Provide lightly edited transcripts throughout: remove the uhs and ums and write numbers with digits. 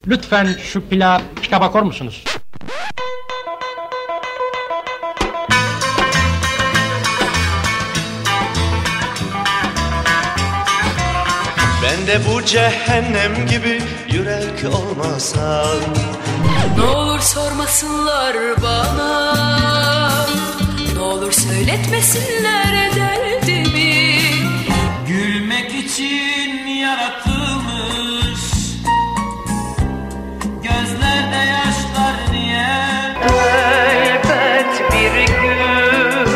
Lütfen şu pika bakar mısınız? Ben de bu cehennem gibi yürek olmasa. Ne olur sormasınlar bana, ne olur söyletmesinler derdimi. Gülmek için yaratılmış gözlerde yaşlar niye? Elbet bir gün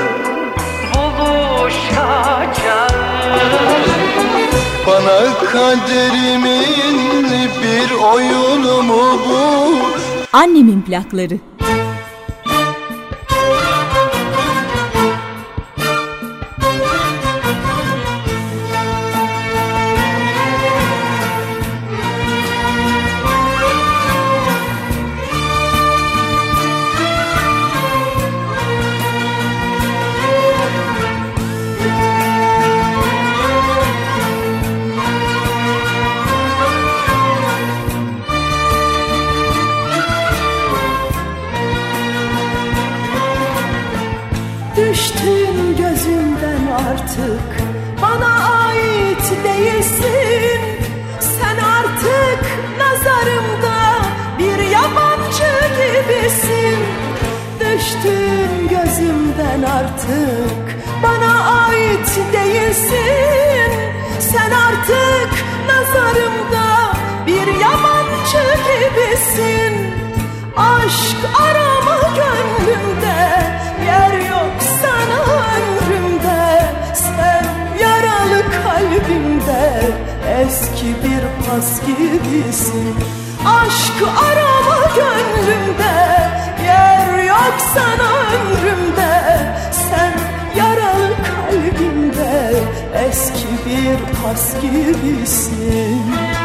buluşacağız. Bana kaderimin bir oyunu mu bu? Annemin plakları. Düştün gözümden artık, bana ait değilsin. Sen artık nazarımda bir yabancı gibisin. Düştün gözümden artık, bana ait değilsin. Sen artık nazarımda bir yabancı gibisin. Aşk arama gönlümde, yer yok sana ömrümde. Sen yaralı kalbimde eski bir pas gibisin. Aşk arama gönlümde, yer yok sana ömrümde. Sen yaralı kalbimde eski bir pas gibisin.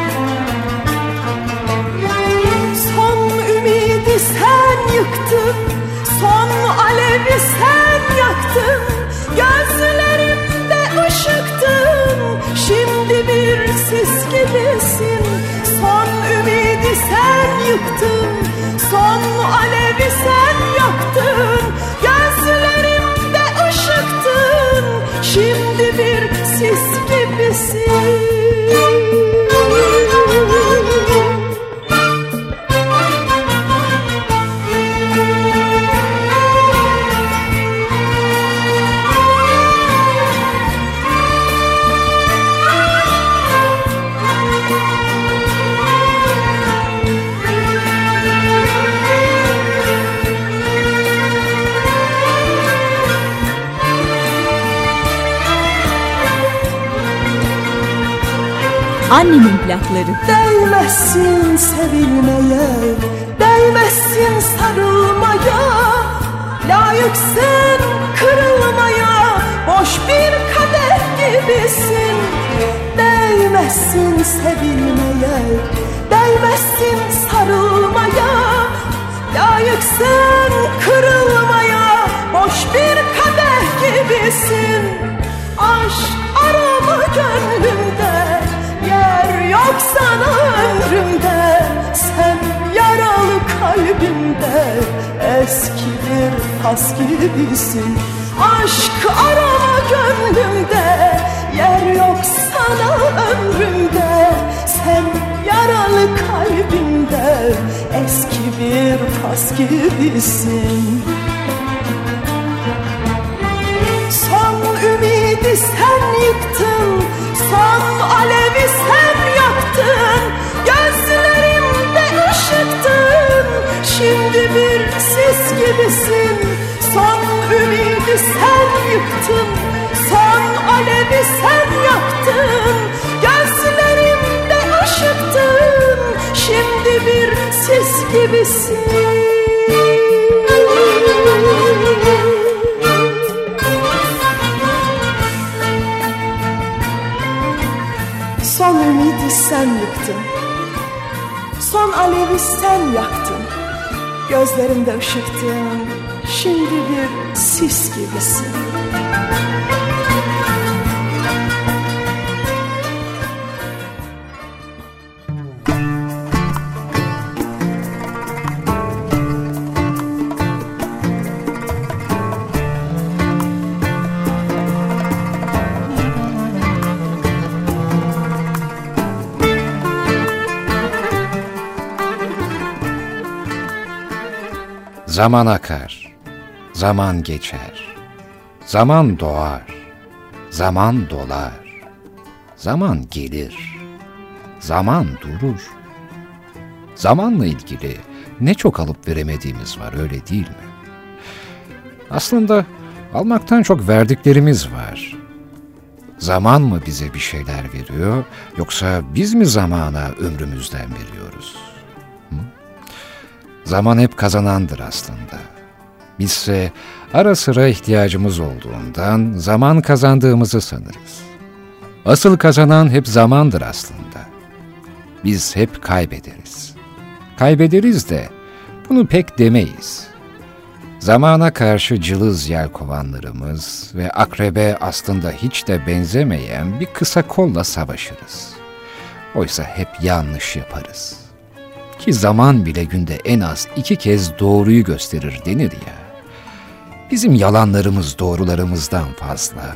Son ümidi sen yıktın, son alevi sen yaktın. Gözlerimde ışıktın, şimdi bir sis gibisin. Son ümidi sen yıktın, son alevi sen yaktın. Gözlerimde ışıktın, şimdi bir sis gibisin. Annemin plakları. Değmezsin sevilmeye, değmezsin sarılmaya. Layıksın kırılmaya, boş bir kadeh gibisin. Değmezsin sevilmeye, değmezsin sarılmaya. Layıksın kırılmaya, boş bir kadeh gibisin. Aşk arama gönlümde, yer yok sana ömrümde. Sen yaralı kalbimde eski bir pas gibisin. Aşk arama gönlümde, yer yok sana ömrümde. Sen yaralı kalbimde eski bir pas gibisin. Son ümidi sen yıktın, son alevi sen yaktın. Gözlerimde ışıktın, şimdi bir sis gibisin. Son ümidi sen yıktın, son alevi sen yaktın. Gözlerimde ışıktın, şimdi bir sis gibisin. Son ümidi sen yıktın, son alevi sen yaktın. Gözlerimde ışıktın, şimdi bir sis gibisin. Zaman akar, zaman geçer, zaman doğar, zaman dolar, zaman gelir, zaman durur. Zamanla ilgili ne çok alıp veremediğimiz var, öyle değil mi? Aslında almaktan çok verdiklerimiz var. Zaman mı bize bir şeyler veriyor, yoksa biz mi zamana ömrümüzden veriyoruz? Zaman hep kazanandır aslında. Bizse ara sıra ihtiyacımız olduğundan zaman kazandığımızı sanırız. Asıl kazanan hep zamandır aslında. Biz hep kaybederiz. Kaybederiz de bunu pek demeyiz. Zamana karşı cılız yelkovanlarımız ve akrebe aslında hiç de benzemeyen bir kısa kolla savaşırız. Oysa hep yanlış yaparız. Ki zaman bile günde en az 2 kez doğruyu gösterir denir ya. Bizim yalanlarımız doğrularımızdan fazla.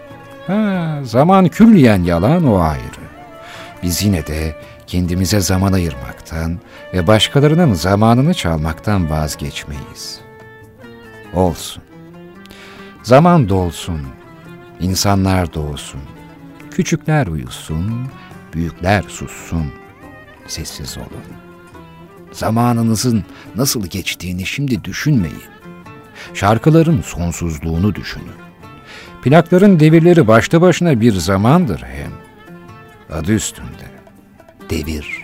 Zaman külliyen yalan, o ayrı. Biz yine de kendimize zaman ayırmaktan ve başkalarının zamanını çalmaktan vazgeçmeyiz. Olsun. Zaman dolsun, insanlar doğsun, küçükler uyusun, büyükler sussun, sessiz olun. Zamanınızın nasıl geçtiğini şimdi düşünmeyin. Şarkıların sonsuzluğunu düşünün. Plakların devirleri başlı başına bir zamandır hem. Adı üstünde. Devir.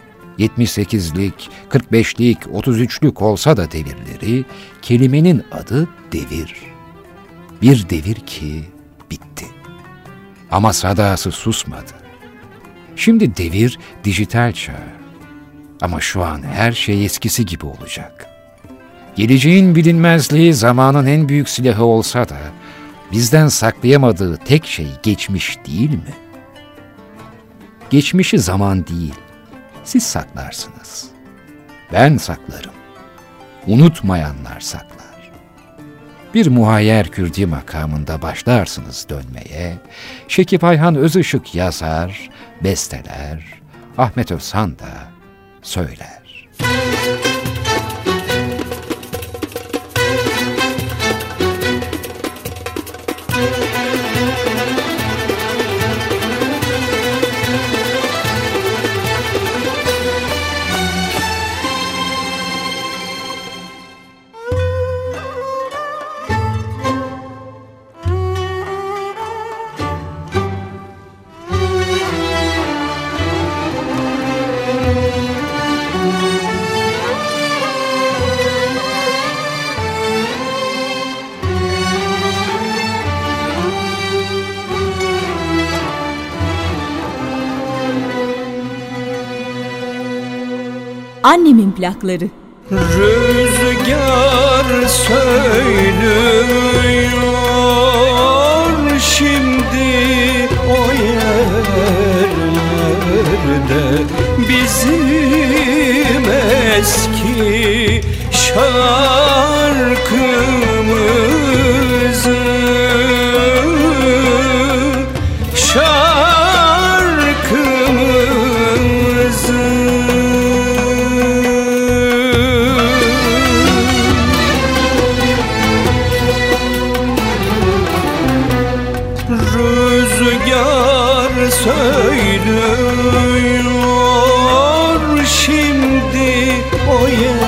78'lik, 45'lik, 33'lük olsa da devirleri, kelimenin adı devir. Bir devir ki bitti. Ama sadası susmadı. Şimdi devir dijital çağ. Ama şu an her şey eskisi gibi olacak. Geleceğin bilinmezliği zamanın en büyük silahı olsa da, bizden saklayamadığı tek şey geçmiş değil mi? Geçmişi zaman değil, siz saklarsınız. Ben saklarım. Unutmayanlar saklar. Bir muhayyer Kürdi makamında başlarsınız dönmeye, Şekip Ayhan Özışık yazar, besteler, Ahmet Özhan da söyler. Annemin plakları. Rüzgar söylüyor şimdi o yerlerde bizim eski şarkımızı. Söylüyor şimdi o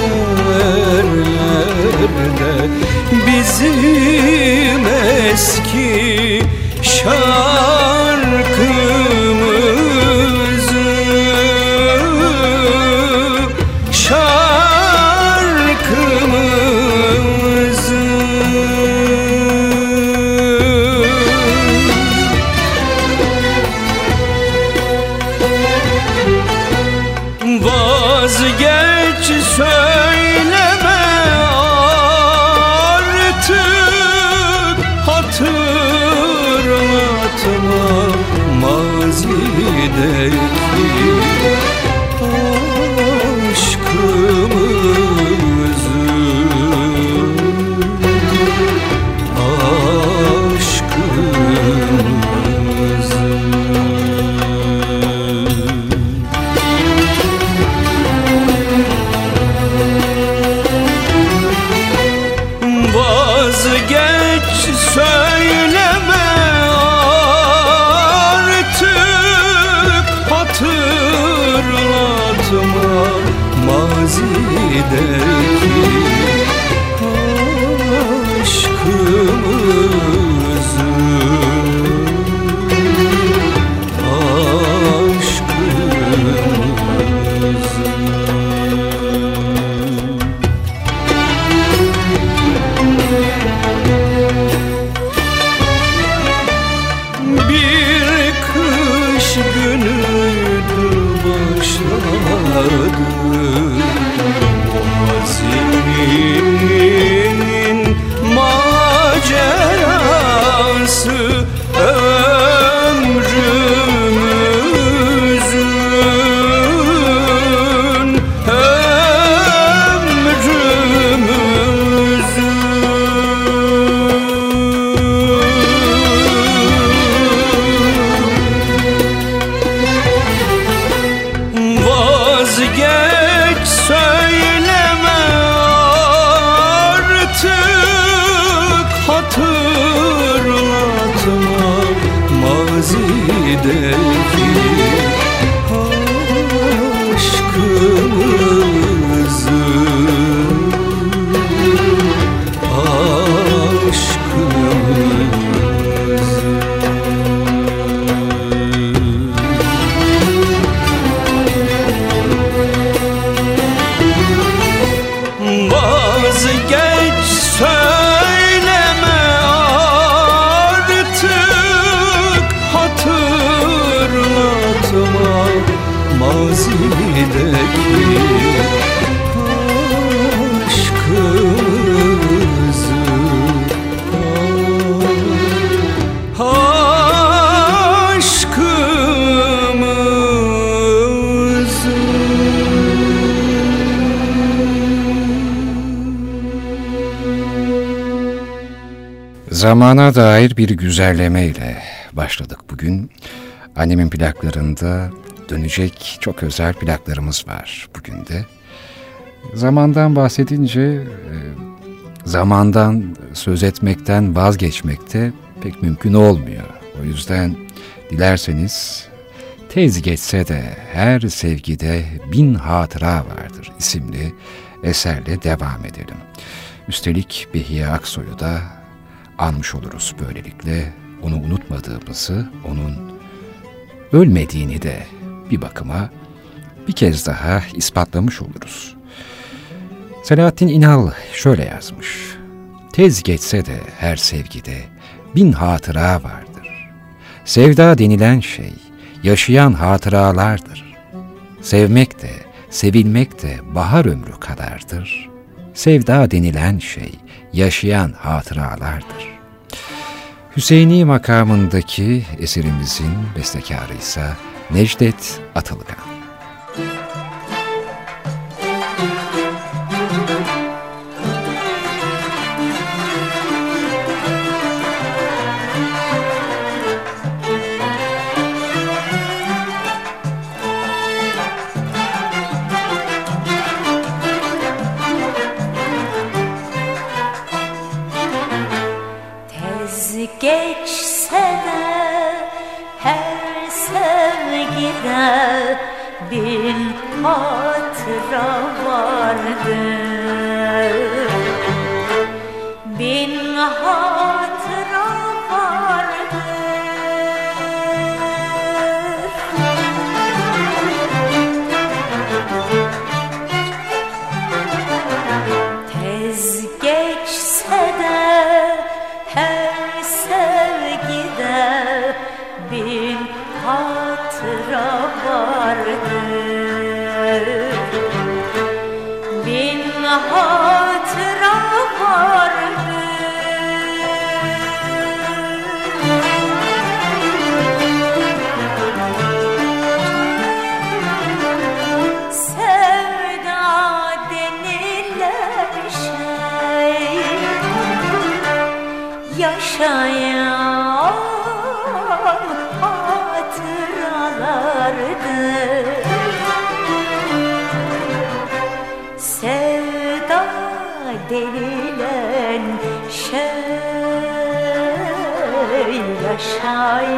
yerlerde bizim eski şarkımızı. Vazgeç söyleme artık, hatırlatma mazideki aşkımızı. mazideki aşkımızı. Bir kış günüydü başladı mazinin macerası, vazgeç söyleme artık, hatırlatma mazideki aşkımızı. Vazgeç söyleme artık, hatırlatma mazideki aşkımızı. Zamana dair bir güzelleme ile başladık bugün. Annemin plaklarında dönecek çok özel plaklarımız var bugün de. Zamandan bahsedince zamandan söz etmekten vazgeçmekte pek mümkün olmuyor. O yüzden dilerseniz "Tez geçse de her sevgide 1000 hatıra vardır" isimli eserle devam edelim. Üstelik Behiye Aksoy'u da anmış oluruz böylelikle. Onu unutmadığımızı, onun ölmediğini de bir bakıma bir kez daha ispatlamış oluruz. Selahattin İnal şöyle yazmış: "Tez geçse de her sevgide 1000 hatıra vardır. Sevda denilen şey yaşayan hatıralardır. Sevmek de, sevilmek de bahar ömrü kadardır. Sevda denilen şey yaşayan hatıralardır." Hüseyni makamındaki eserimizin bestekarı ise Necdet Atılgan. Geçse de her sevgide 1000 hatıra vardır. 1000 hatıra vardır. Tez geçse de her sevgide 1000 hatıra vardır. 1000 hatıra vardır. Sevda denilen şey yaşayan hatıralardır. Sevda denilen şey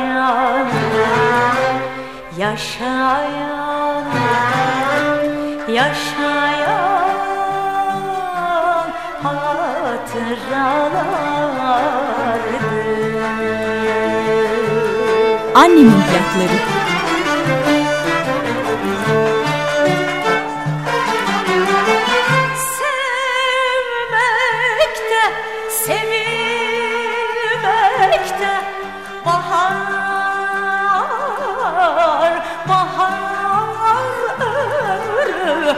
yaşayan yaşayan hatıralardır. Annemin plakları. Sevmekte, sevilmekte bahar, baharı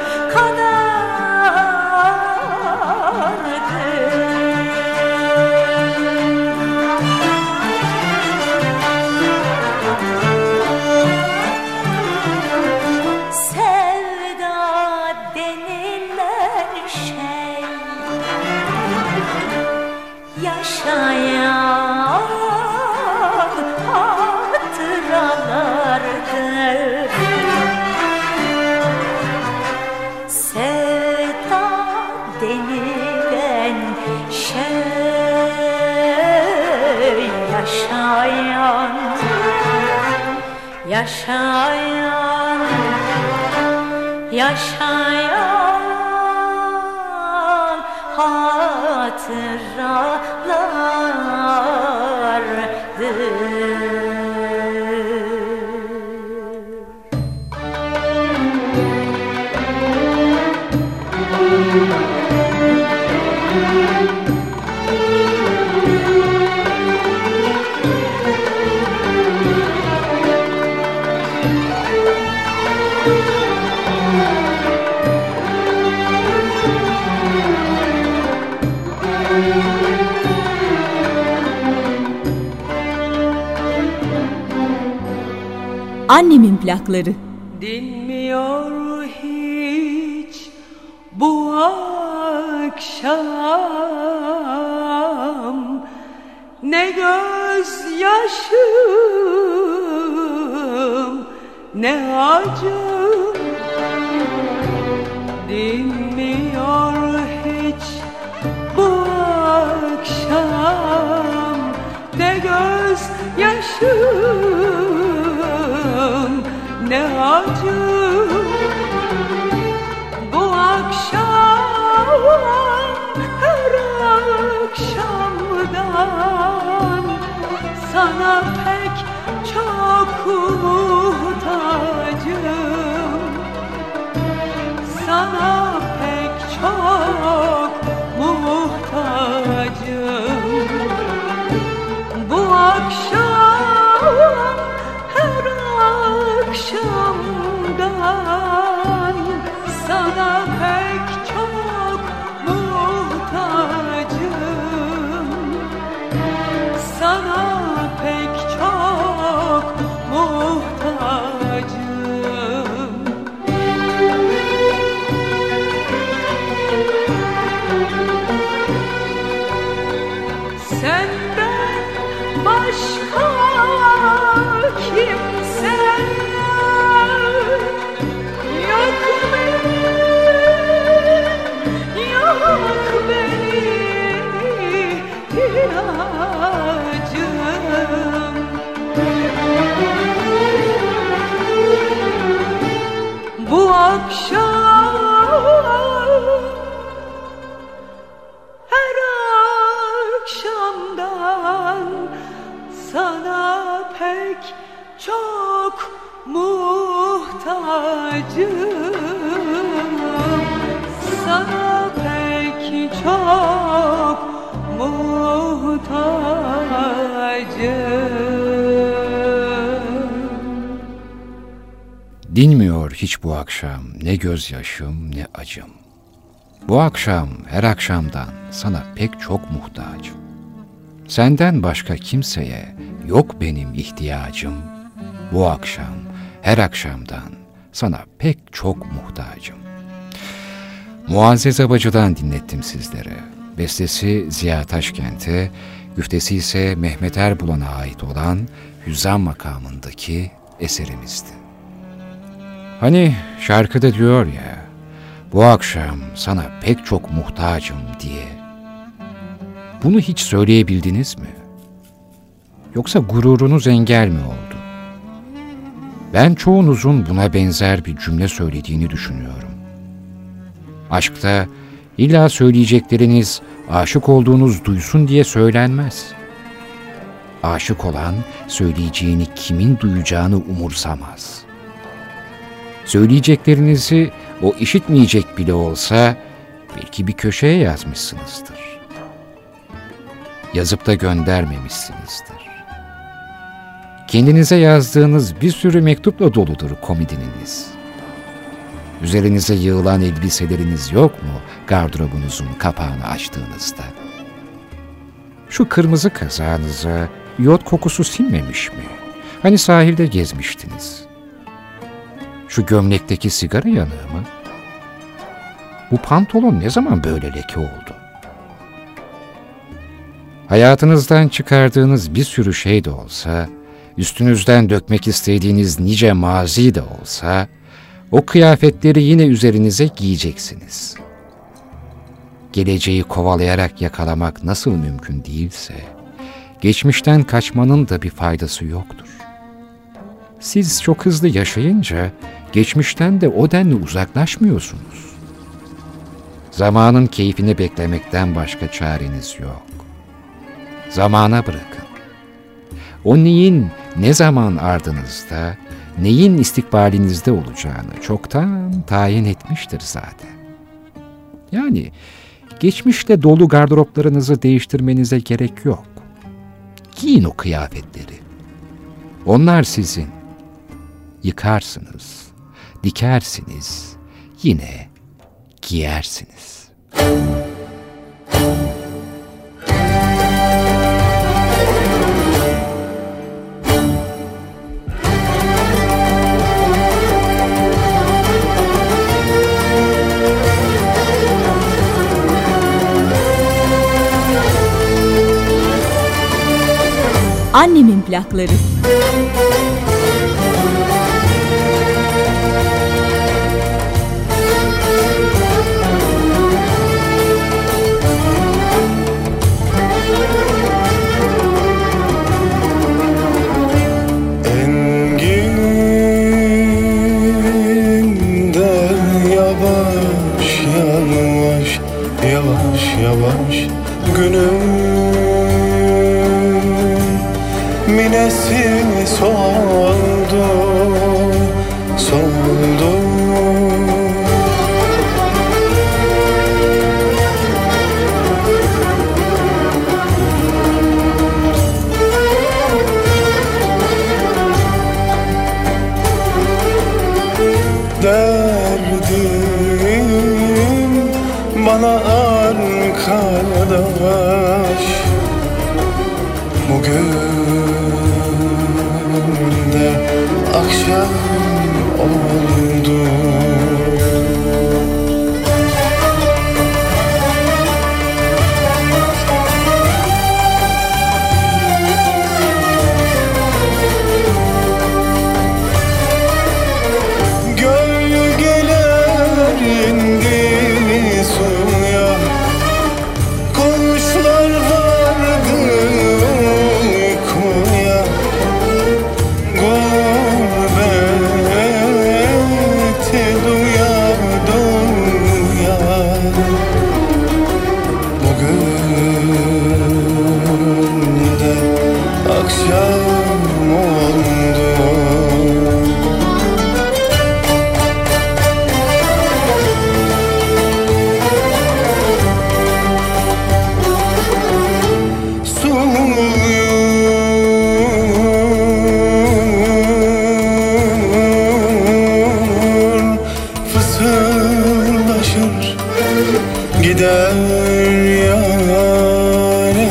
kadardır. Sevda denilen şey yaşayan hatıralardır. Sevda denilen şey yaşayan hatıralardır. Annemin plakları. Dinmiyor hiç bu akşam ne gözyaşım ne acım. Dinmiyor hiç bu akşam ne gözyaşım ne acım. Bu akşam her akşamdan sana pek çok muhtacım. Sana pek çok muhtacım. Bu akşam her akşamdan sana pek çok muhtacım. Sana pek çok muhtacım. Senden başka kimse yok benim, yok benim ilacım. Bu akşam her akşamdan sana pek çok muhtacım. Sana pek çok muhtacım. Dinmiyor hiç bu akşam ne gözyaşım ne acım. Bu akşam her akşamdan sana pek çok muhtacım. Senden başka kimseye yok benim ihtiyacım. Bu akşam her akşamdan sana pek çok muhtacım. Muazzez Abacı'dan dinlettim sizlere. Bestesi Ziya Taşkent'e, güftesi ise Mehmet Erbulan'a ait olan Hüzzam makamındaki eserimizdi. Hani şarkıda diyor ya, bu akşam sana pek çok muhtacım diye. Bunu hiç söyleyebildiniz mi? Yoksa gururunuz engel mi oldu? Ben çoğunuzun buna benzer bir cümle söylediğini düşünüyorum. Aşkta illa söyleyecekleriniz aşık olduğunuz duysun diye söylenmez. Aşık olan söyleyeceğini kimin duyacağını umursamaz. Söyleyeceklerinizi o işitmeyecek bile olsa belki bir köşeye yazmışsınızdır. Yazıp da göndermemişsinizdir. Kendinize yazdığınız bir sürü mektupla doludur komodininiz. Üzerinize yığılan elbiseleriniz yok mu gardırobunuzun kapağını açtığınızda? Şu kırmızı kazağınıza iyot kokusu sinmemiş mi? Hani sahilde gezmiştiniz. Şu gömlekteki sigara yanığı mı? Bu pantolon ne zaman böyle leke oldu? Hayatınızdan çıkardığınız bir sürü şey de olsa, üstünüzden dökmek istediğiniz nice mazi de olsa, o kıyafetleri yine üzerinize giyeceksiniz. Geleceği kovalayarak yakalamak nasıl mümkün değilse, geçmişten kaçmanın da bir faydası yoktur. Siz çok hızlı yaşayınca, geçmişten de o denli uzaklaşmıyorsunuz. Zamanın keyfini beklemekten başka çareniz yok. Zamana bırakın. O neyin ne zaman ardınızda, neyin istikbalinizde olacağını çoktan tayin etmiştir zaten. Yani geçmişle dolu gardıroplarınızı değiştirmenize gerek yok. Giyin o kıyafetleri. Onlar sizin. Yıkarsınız, dikersiniz, yine giyersiniz. Annemin plakları. Yavaş günüm minesi soldu, soldu. Derdim bana arkadaş, bugün de akşam oldu. Gölgeler indi suya, kuşlar vardı uykuya. Gurbeti duya duya, bugün de akşam oldu. Fısıldaşır gider yâre,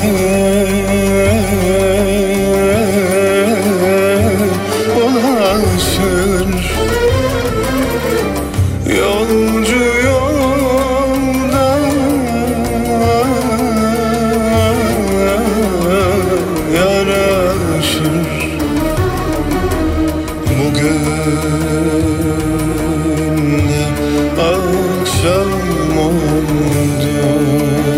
ulaşır yolcu yolda, yaraşır bugün de akşam oldu.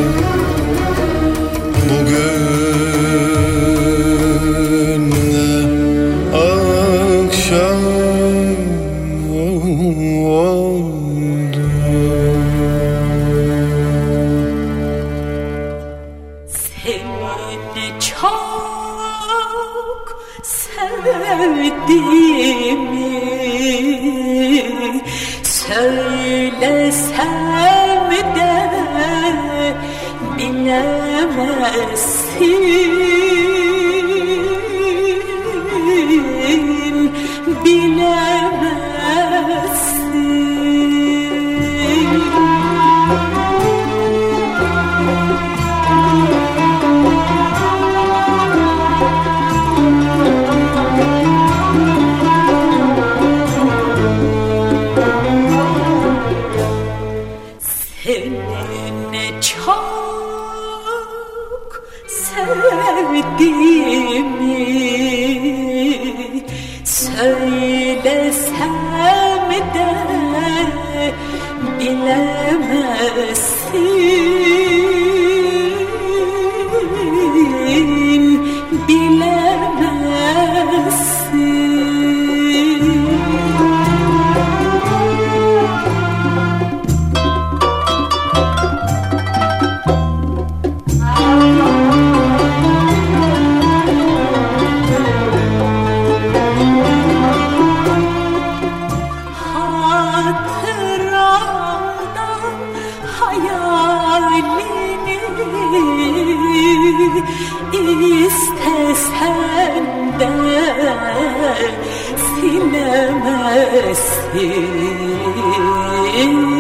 sevdiğimi söylesem de bilemezsin, bilemezsin. Seni çok sevdiğimi söylesem de bilemezsin, bilemezsin. İstesen de silemezsin,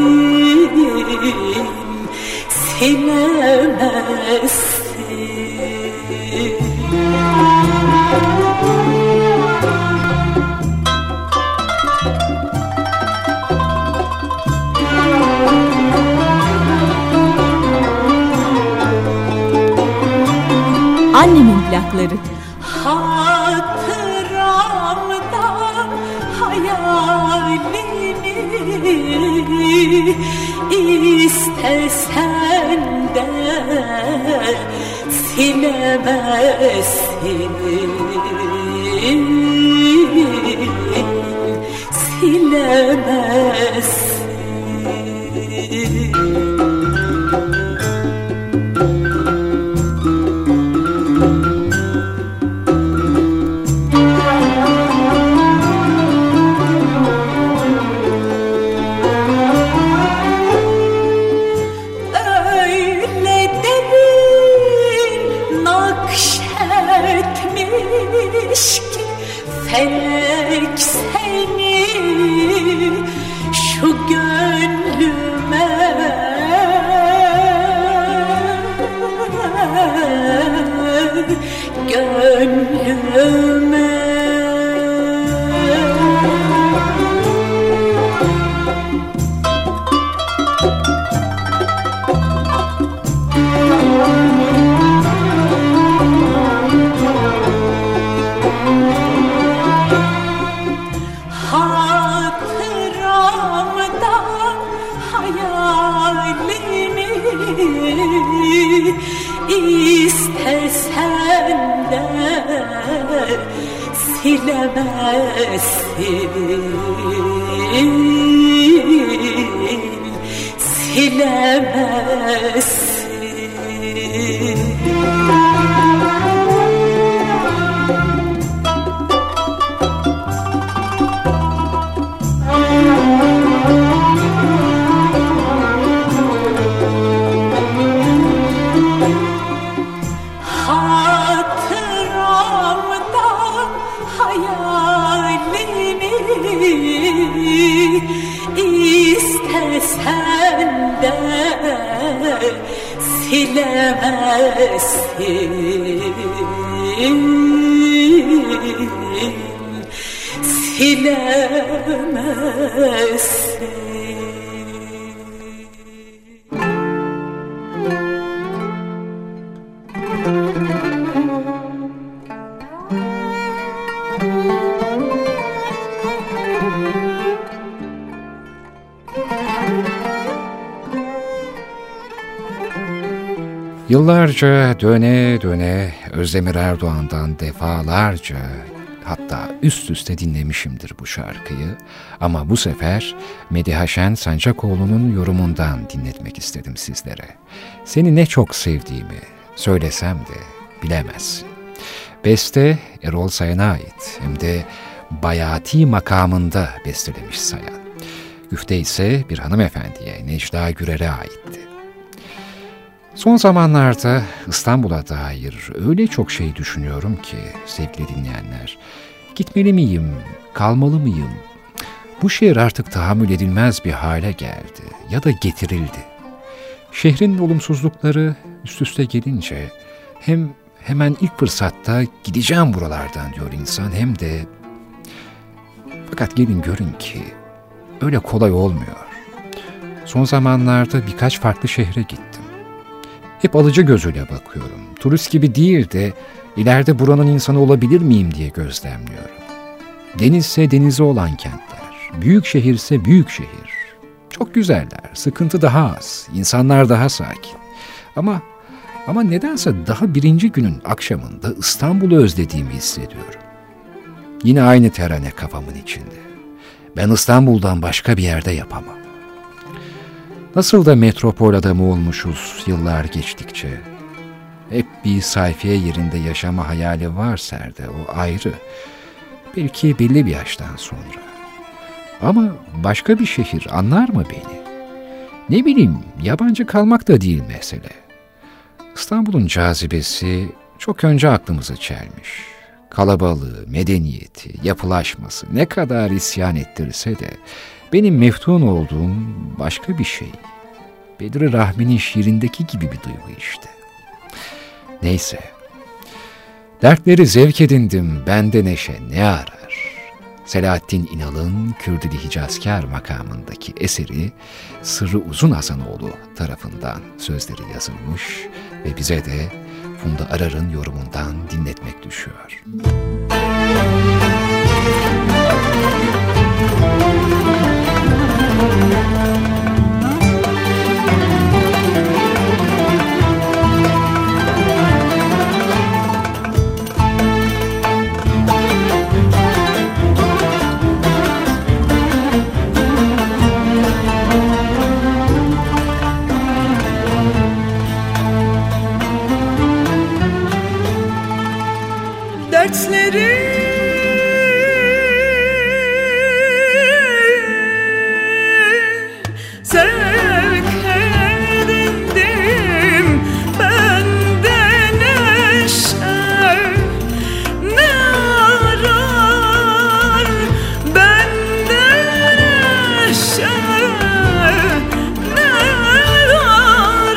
silemezsin. Annemin plakları. Hatıramdan hayalini istesen de silemezsin, silemezsin. Felek seni şu gönlüme İstesen de silemezsin, silemezsin. İstesen de silemezsin, silemezsin. Yıllarca döne döne Özdemir Erdoğan'dan defalarca, hatta üst üste dinlemişimdir bu şarkıyı. Ama bu sefer Mediha Şen Sancakoğlu'nun yorumundan dinletmek istedim sizlere. Seni ne çok sevdiğimi söylesem de bilemezsin. Beste Erol Sayan'a ait, hem de bayati makamında bestelemiş Sayan. Güfte ise bir hanımefendiye, Necla Gürer'e aitti. Son zamanlarda İstanbul'a dair öyle çok şey düşünüyorum ki sevgili dinleyenler. Gitmeli miyim, kalmalı mıyım? Bu şehir artık tahammül edilmez bir hale geldi ya da getirildi. Şehrin olumsuzlukları üst üste gelince hem hemen ilk fırsatta gideceğim buralardan diyor insan, hem de fakat gelin görün ki öyle kolay olmuyor. Son zamanlarda birkaç farklı şehre gittim. Hep alıcı gözüyle bakıyorum. Turist gibi değil de ileride buranın insanı olabilir miyim diye gözlemliyorum. Denizse denizi olan kentler, büyük şehirse büyük şehir. Çok güzeller, sıkıntı daha az, insanlar daha sakin. Ama nedense daha birinci günün akşamında İstanbul'u özlediğimi hissediyorum. Yine aynı terane kafamın içinde. Ben İstanbul'dan başka bir yerde yapamam. Nasıl da metropol adamı olmuşuz yıllar geçtikçe. Hep bir sayfiye yerinde yaşama hayali var Serde, o ayrı. Belki belli bir yaştan sonra. Ama başka bir şehir anlar mı beni? Ne bileyim, yabancı kalmak da değil mesele. İstanbul'un cazibesi çok önce aklımızı çelmiş. Kalabalığı, medeniyeti, yapılaşması ne kadar isyan ettirse de benim meftun olduğum başka bir şey. Bedri Rahmi'nin şiirindeki gibi bir duygu işte. Neyse, dertleri zevk edindim, bende neşe ne arar? Selahattin İnal'ın Kürdili Hicazkar makamındaki eseri Sırrı Uzun Hasanoğlu tarafından sözleri yazılmış ve bize de Funda Arar'ın yorumundan dinletmek düşüyor. Dertleri sevk edindim, bende neşe ne arar, bende neşe ne arar.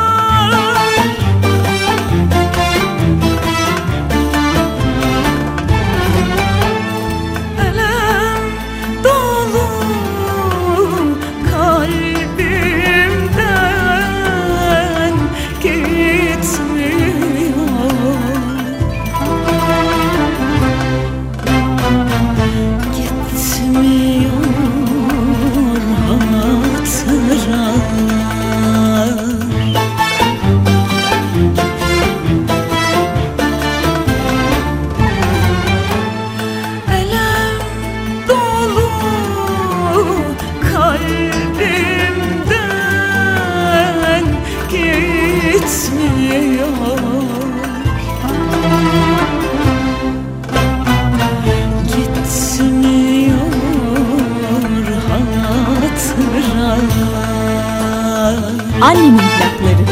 Annemin plakları.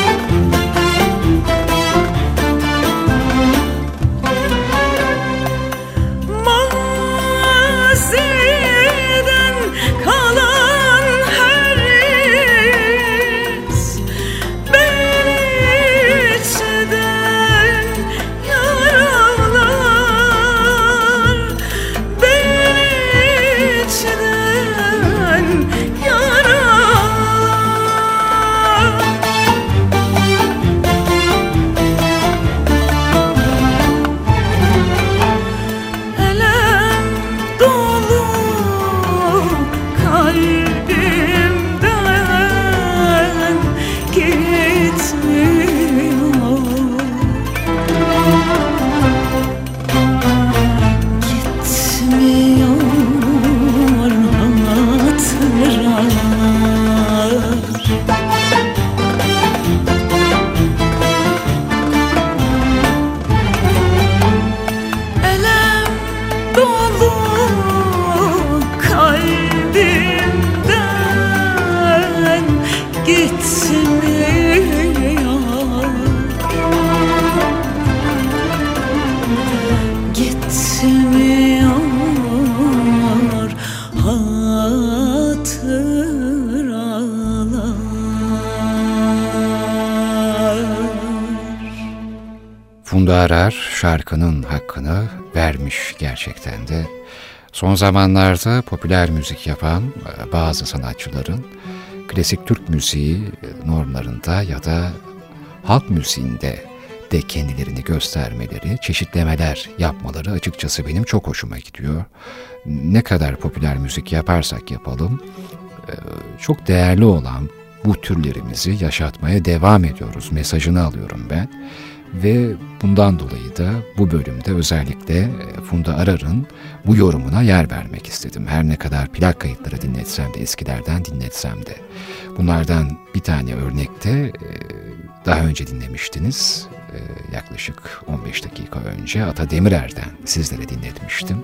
Maziden kalan her iz beni içten yaralar, beni içten yaralar. Funda Arar şarkının hakkını vermiş gerçekten de. Son zamanlarda popüler müzik yapan bazı sanatçıların klasik Türk müziği normlarında ya da halk müziğinde de kendilerini göstermeleri, çeşitlemeler yapmaları açıkçası benim çok hoşuma gidiyor. Ne kadar popüler müzik yaparsak yapalım, çok değerli olan bu türlerimizi yaşatmaya devam ediyoruz. Mesajını alıyorum ben. Ve bundan dolayı da bu bölümde özellikle Funda Arar'ın bu yorumuna yer vermek istedim. Her ne kadar plak kayıtları dinletsem de, eskilerden dinletsem de. Bunlardan bir tane örnekte daha önce dinlemiştiniz. Yaklaşık 15 dakika önce Ata Demirer'den sizlere dinletmiştim.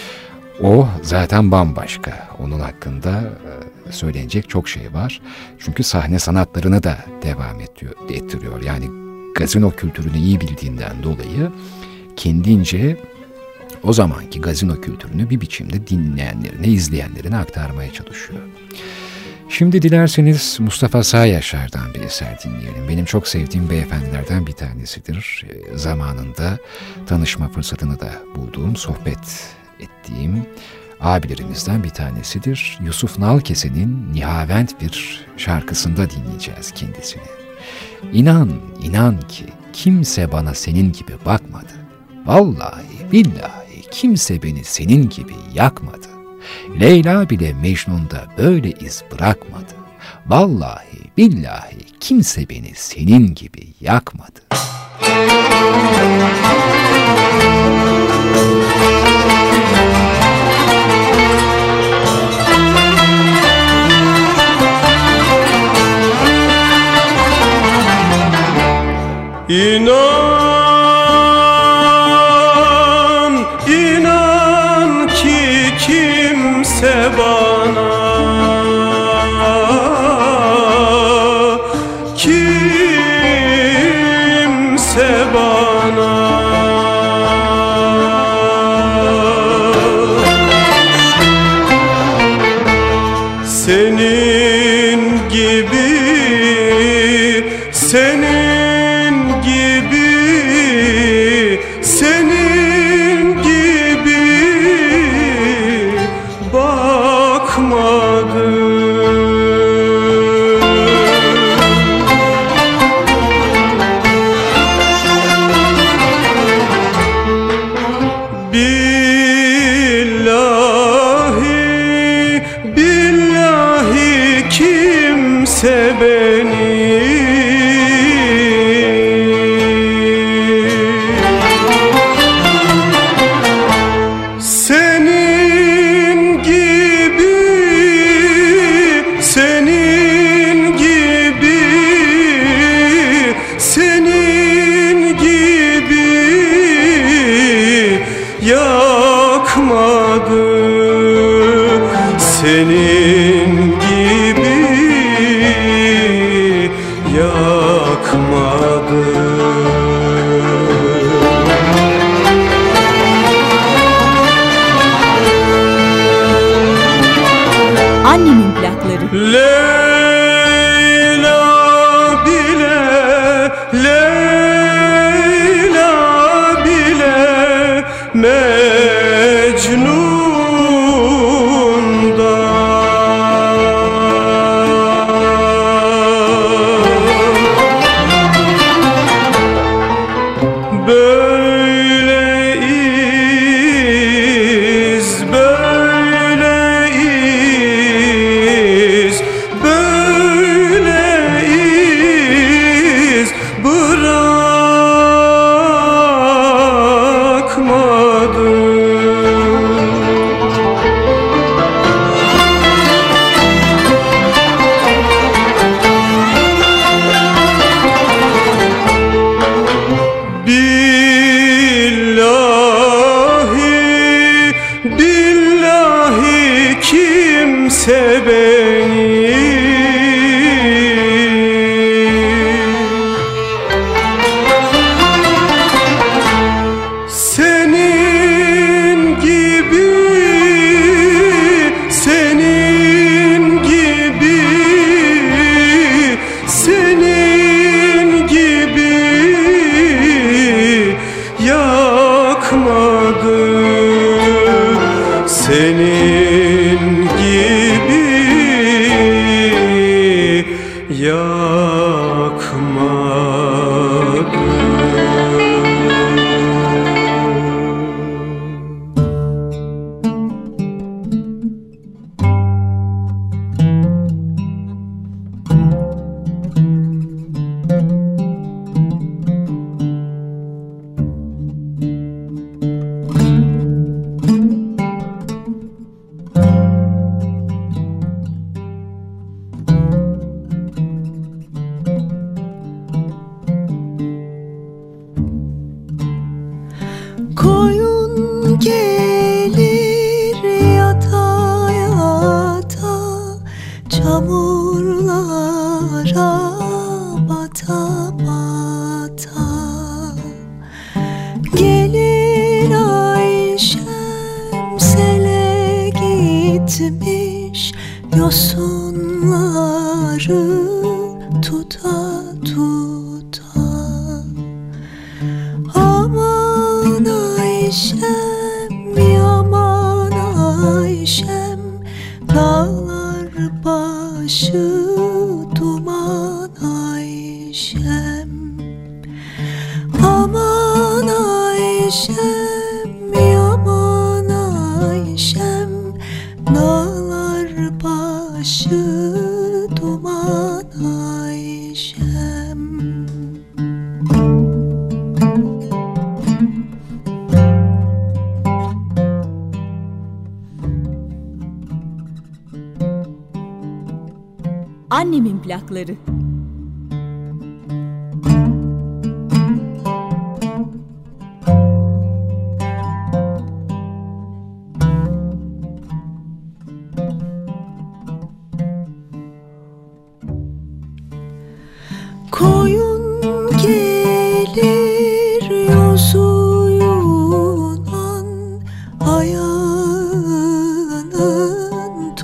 O zaten bambaşka. Onun hakkında söylenecek çok şey var. Çünkü sahne sanatlarını da devam ettiriyor. Yani gazino kültürünü iyi bildiğinden dolayı kendince o zamanki gazino kültürünü bir biçimde dinleyenlerine, izleyenlerine aktarmaya çalışıyor. Şimdi dilerseniz Mustafa Sağ Yaşar'dan bir eser dinleyelim. Benim çok sevdiğim beyefendilerden bir tanesidir. Zamanında tanışma fırsatını da bulduğum, sohbet ettiğim abilerimizden bir tanesidir. Yusuf Nalkese'nin Nihavent bir şarkısında dinleyeceğiz kendisini. İnan, inan ki kimse bana senin gibi bakmadı. Vallahi billahi kimse beni senin gibi yakmadı. Leyla bile Mecnun'da böyle iz bırakmadı. Vallahi billahi kimse beni senin gibi yakmadı. İnan, inan ki kimse bana, kimse bana senin gibi, senin kimse beni yakmadı. Koyun gelir yata yata, çamurlara bata bata. Gelin Ayşem sele gitmiş, yosunları tuta tuta. Aman Ayşem, yaman Ayşem, dağlar başı duman Ayşem. Aman Ayşem, yaman Ayşem, dağlar başı duman Ayşem. Annemin plakları. Koyun gelir yozuyunan, ayağının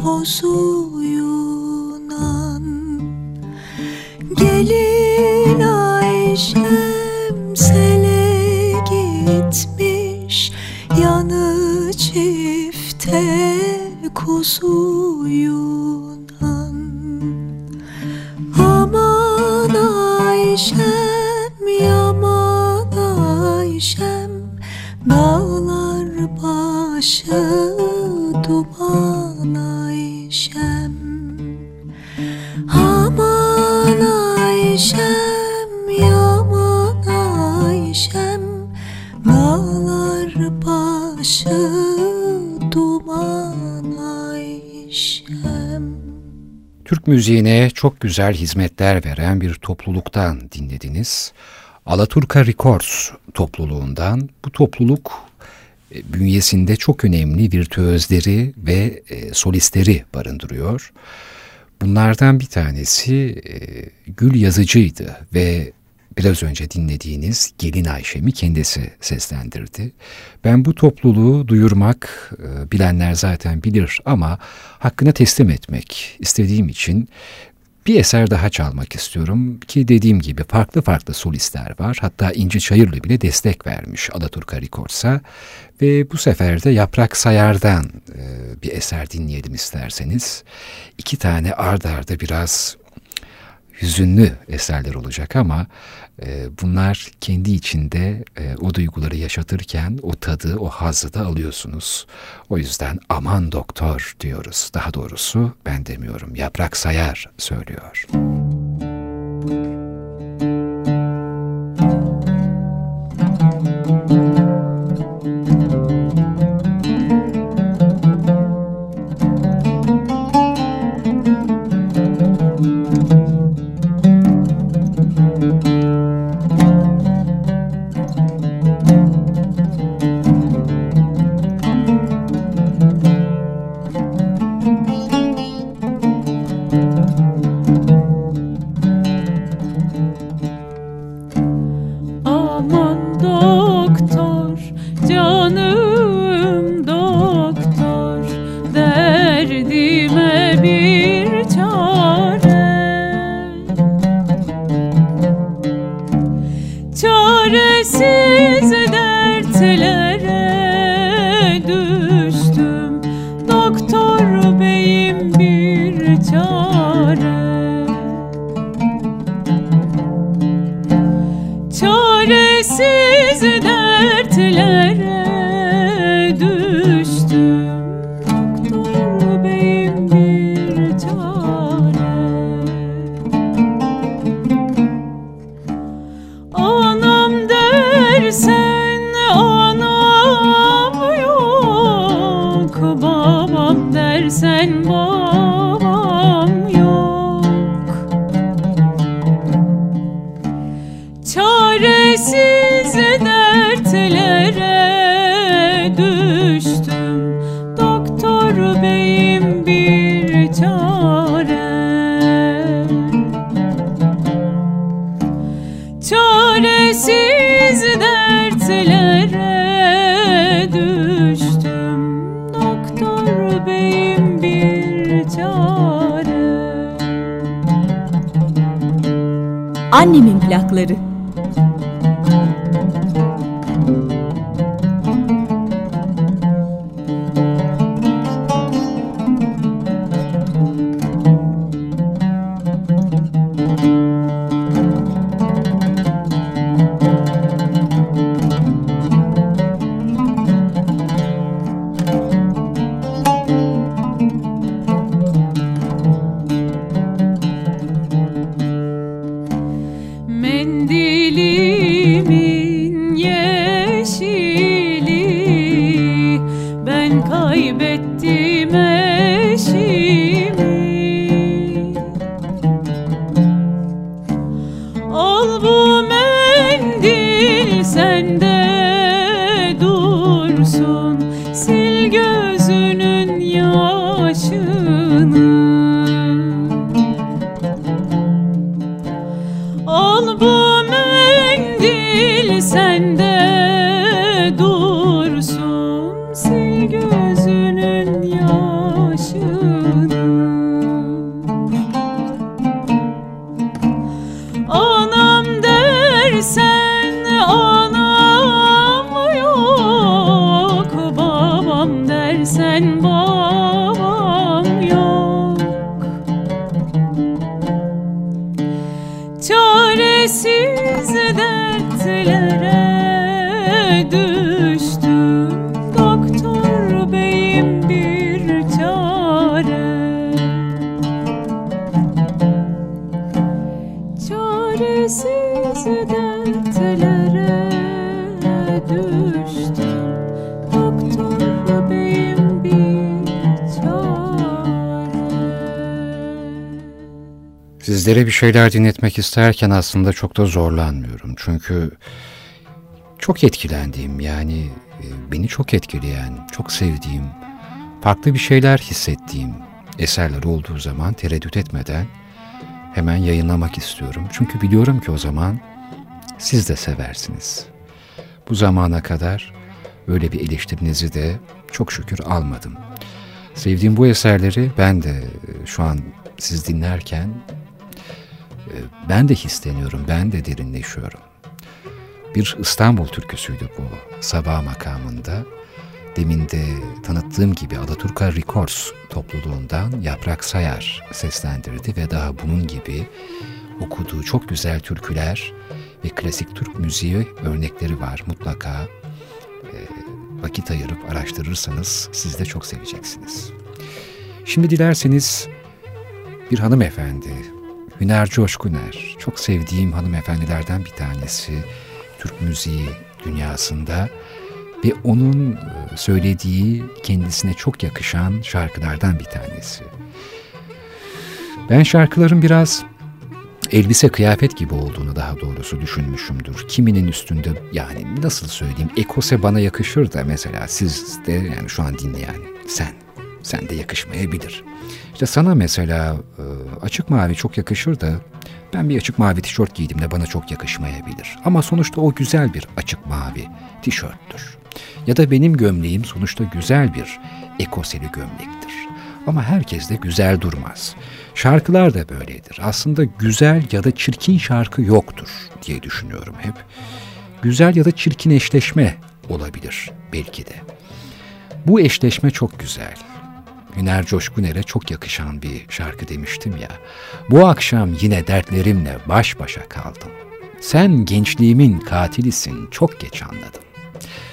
tozuyunan. Gelin Ayşem sele gitmiş, yanı çifte kuzuyunan. Aman Ayşem, yaman Ayşem, dağlar başı duman Ayşem. Aman Ayşem, yaman Ayşem, dağlar başı duman Ayşem. Türk müziğine çok güzel hizmetler veren bir topluluktan dinlediniz. Alaturka Records topluluğundan. Bu topluluk bünyesinde çok önemli virtüözleri ve solistleri barındırıyor. Bunlardan bir tanesi Gül Yazıcı'ydı ve biraz önce dinlediğiniz Gelin Ayşem'i kendisi seslendirdi. Ben bu topluluğu duyurmak, bilenler zaten bilir ama hakkını teslim etmek istediğim için bir eser daha çalmak istiyorum ki dediğim gibi farklı farklı solistler var. Hatta İnci Çayırlı bile destek vermiş Alaturka Records'a ve bu sefer de Yaprak Sayar'dan bir eser dinleyelim isterseniz. 2 tane ard arda biraz hüzünlü eserler olacak ama bunlar kendi içinde o duyguları yaşatırken o tadı, o hazzı da alıyorsunuz. O yüzden aman doktor diyoruz. Daha doğrusu ben demiyorum. Yaprak Sayar söylüyor. dertlere düştüm. Doktor beyim bir çare. Anam dersen anam yok, babam dersen babam yok. Çaresiz dertlere düştüm. Doktor beyim bir çare. Çaresiz dertlere düştüm. Doktor beyim bir çare. Annemin plakları. Mendilimin yeşili, ben kaybettim eşimi. Al bu mendil sende dursun, sil gözünün yaşını. Al bu mendil sende dursun, sil gözünün yaşını. Anam dersen anam yok, babam dersen babam yok. Çaresiz dertlere düştüm. Doktor beyim bir çare. Çaresiz dertlere düştüm. Doktor beyim bir çare. Sizlere bir şeyler dinletmek isterken aslında çok da zorlanmıyorum. Çünkü çok etkilendiğim, yani beni çok etkileyen, çok sevdiğim, farklı bir şeyler hissettiğim eserler olduğu zaman tereddüt etmeden hemen yayınlamak istiyorum. Çünkü biliyorum ki o zaman siz de seversiniz. Bu zamana kadar öyle bir eleştirinizi de çok şükür almadım. Sevdiğim bu eserleri ben de şu an siz dinlerken ben de hisleniyorum, ben de derinleşiyorum. Bir İstanbul türküsüydü bu, Sabah makamında. Demin de tanıttığım gibi Alaturka Records topluluğundan Yaprak Sayar seslendirdi ve daha bunun gibi okuduğu çok güzel türküler ve klasik Türk müziği örnekleri var. Mutlaka vakit ayırıp araştırırsanız siz de çok seveceksiniz. Şimdi dilerseniz bir hanımefendi, Hüner Coşkuner, çok sevdiğim hanımefendilerden bir tanesi Türk müziği dünyasında ve onun söylediği kendisine çok yakışan şarkılardan bir tanesi. Ben şarkıların biraz elbise kıyafet gibi olduğunu daha doğrusu düşünmüşümdür. Kiminin üstünde, yani nasıl söyleyeyim, ekose bana yakışır da mesela siz de, yani şu an dinleyen sen de yakışmayabilir. İşte sana mesela açık mavi çok yakışır da ben bir açık mavi tişört giydiğimde bana çok yakışmayabilir. Ama sonuçta o güzel bir açık mavi tişörttür. Ya da benim gömleğim sonuçta güzel bir ekoseli gömlektir. Ama herkes de güzel durmaz. Şarkılar da böyledir. Aslında güzel ya da çirkin şarkı yoktur diye düşünüyorum hep. Güzel ya da çirkin eşleşme olabilir belki de. Bu eşleşme çok güzel. Hüner Coşkuner'e çok yakışan bir şarkı demiştim ya. Bu akşam yine dertlerimle baş başa kaldım. Sen gençliğimin katilisin, çok geç anladım.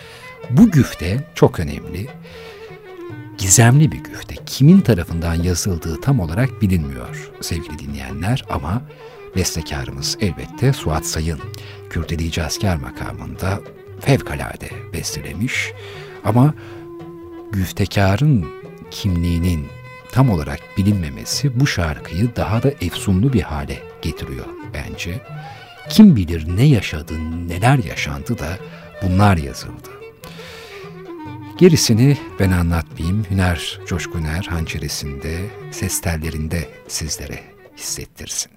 Bu güfte çok önemli. Gizemli bir güfte. Kimin tarafından yazıldığı tam olarak bilinmiyor sevgili dinleyenler ama bestekarımız elbette Suat Sayın. Kürdeleyici asker makamında fevkalade bestelemiş ama güftekarın kimliğinin tam olarak bilinmemesi bu şarkıyı daha da efsunlu bir hale getiriyor bence. Kim bilir ne yaşadı, neler yaşandı da bunlar yazıldı. Gerisini ben anlatmayayım. Hüner Coşkuner hançerisinde, ses tellerinde sizlere hissettirsin.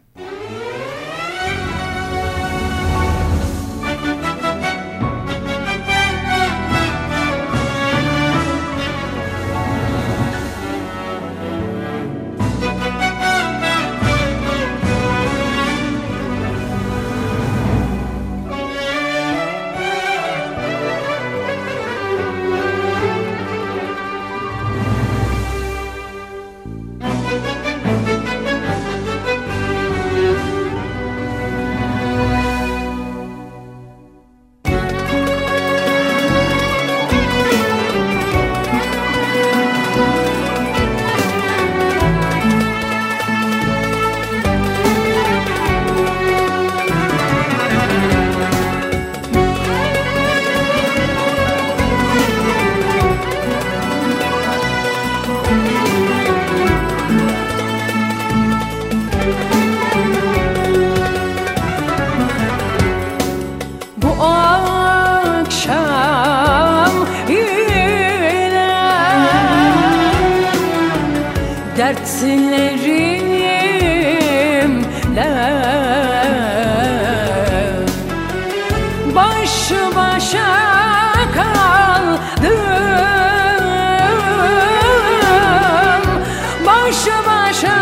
dertlerimle baş başa kaldım, baş başa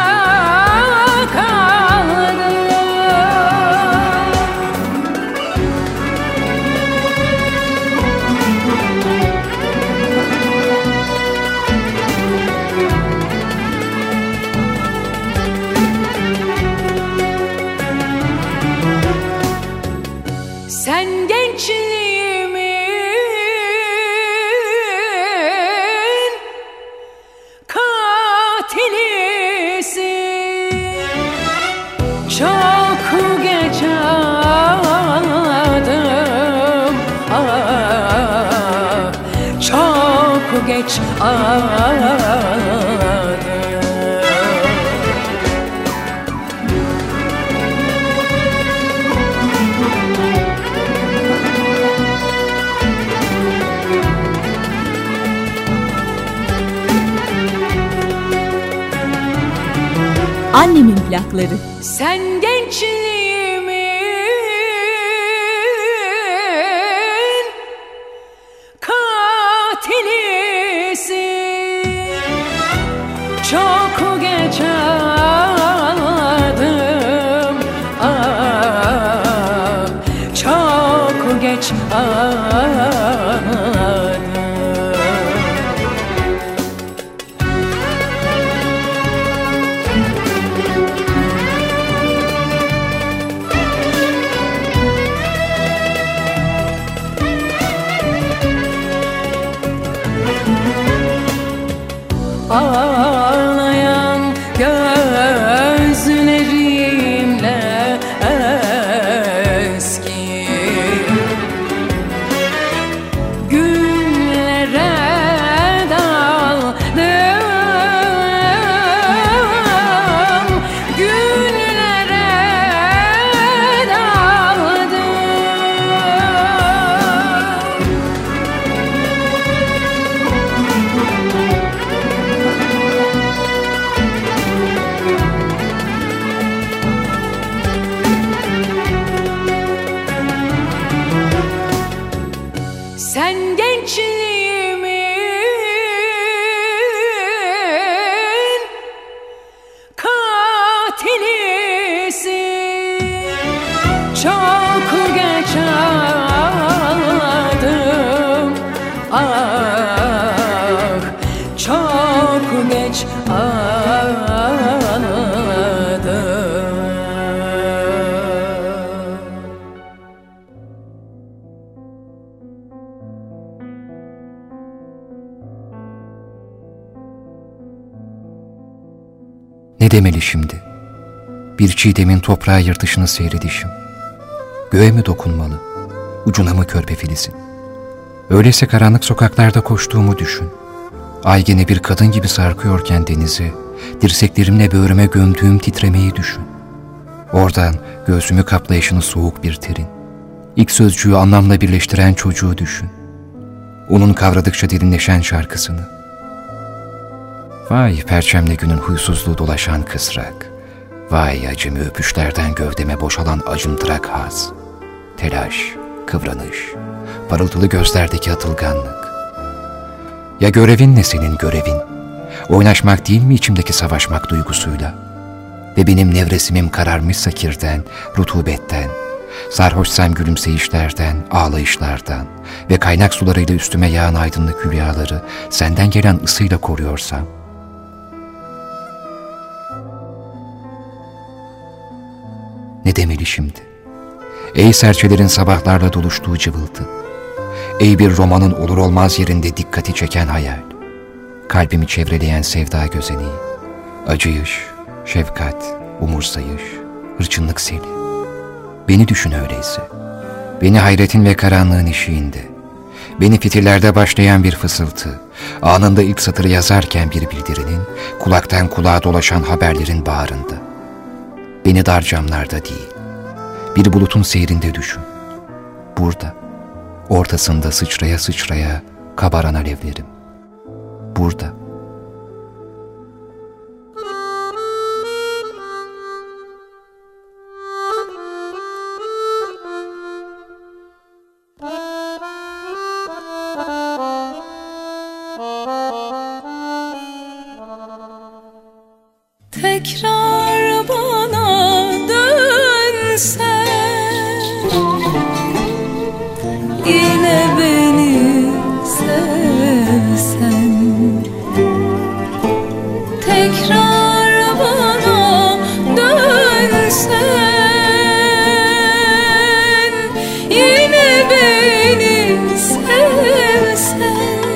kaldım. Sen gençliğimin katilisin. Çok geç ağladım, ah, çok geç ağladım. Annemin plakları. Sen gençliğimin katilisin. Çok geç ağladım, ah, çok geç ağladım. Ağlayan gözlerimle eski günlere daldım, günlere daldım. Sen gençliğimin katilisin. Çok geç ağladım, ah, çok geç ağladım. Ne demeli şimdi? Bir çiğdemin toprağa yırtışını seyredişim. Göğe mi dokunmalı? Ucuna mı körpe filizin? Öyleyse karanlık sokaklarda koştuğumu düşün. Ay gene bir kadın gibi sarkıyorken denize, dirseklerimle böğrüme gömdüğüm titremeyi düşün. Oradan göğsümü kaplayışını soğuk bir terin. İlk sözcüğü anlamla birleştiren çocuğu düşün. Onun kavradıkça derinleşen şarkısını. Vay perçemle günün huysuzluğu dolaşan kısrak. Vay acemi öpüşlerden gövdeme boşalan acıntırak haz. Telaş, kıvranış, parıltılı gözlerdeki atılganlık. Ya görevin ne senin görevin? Oynaşmak değil mi içimdeki savaşmak duygusuyla? Ve benim nevresimim kararmışsa kirden, rutubetten, sarhoşsam gülümseyişlerden, ağlayışlardan ve kaynak sularıyla üstüme yağan aydınlık hülyaları senden gelen ısıyla koruyorsam, ne demeli şimdi? Ey serçelerin sabahlarla doluştuğu cıvıltı, ey bir romanın olur olmaz yerinde dikkati çeken hayal, kalbimi çevreleyen sevda gözeneği, acıyış, şefkat, umursayış, hırçınlık seli. Beni düşün öyleyse, beni hayretin ve karanlığın eşiğinde, beni fitillerde başlayan bir fısıltı, anında ilk satırı yazarken bir bildirinin, kulaktan kulağa dolaşan haberlerin bağrında. Beni dar camlarda değil, bir bulutun seyrinde düşün. Burada, ortasında sıçraya sıçraya kabaran alevlerim. Burada. Tekrar bana dönsen, yine beni sevsen. Tekrar bana dönsen, yine beni sevsen.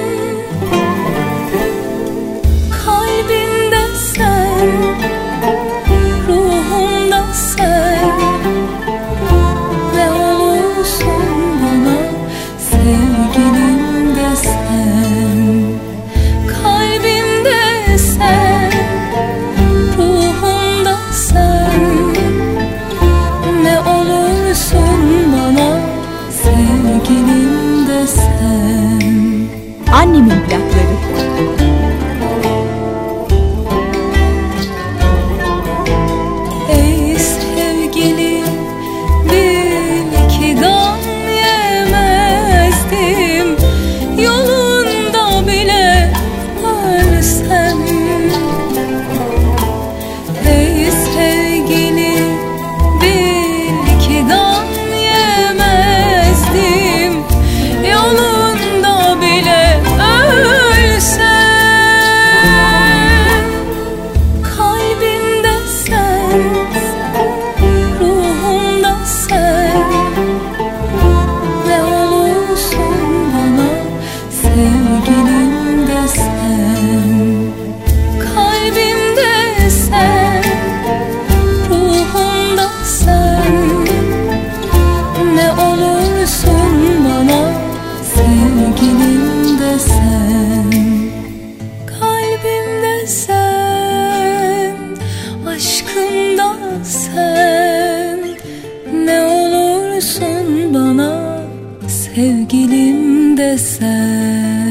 Kalbimde sen, ruhumda sen, ne olursun bana sevgilimde sen. Kalbimde sen, ruhumda sen, ne olursun bana sevgilimde sen. Annemin plakları. Ey sevgili, bil ki gam yemezdim, yolunda bile ölsem. Ey sevgili, bil ki gam yemezdim, yolunda bile ölsem. Kalbimde sen, ruhumda sen, ne olursun bana sevgilimde sen. Kalbimde sen, ruhumda sen, ne olursun bana sevgilimde sen. Kalbimde sen, aşkımda sen, ne olursun bana sevgilimde sen.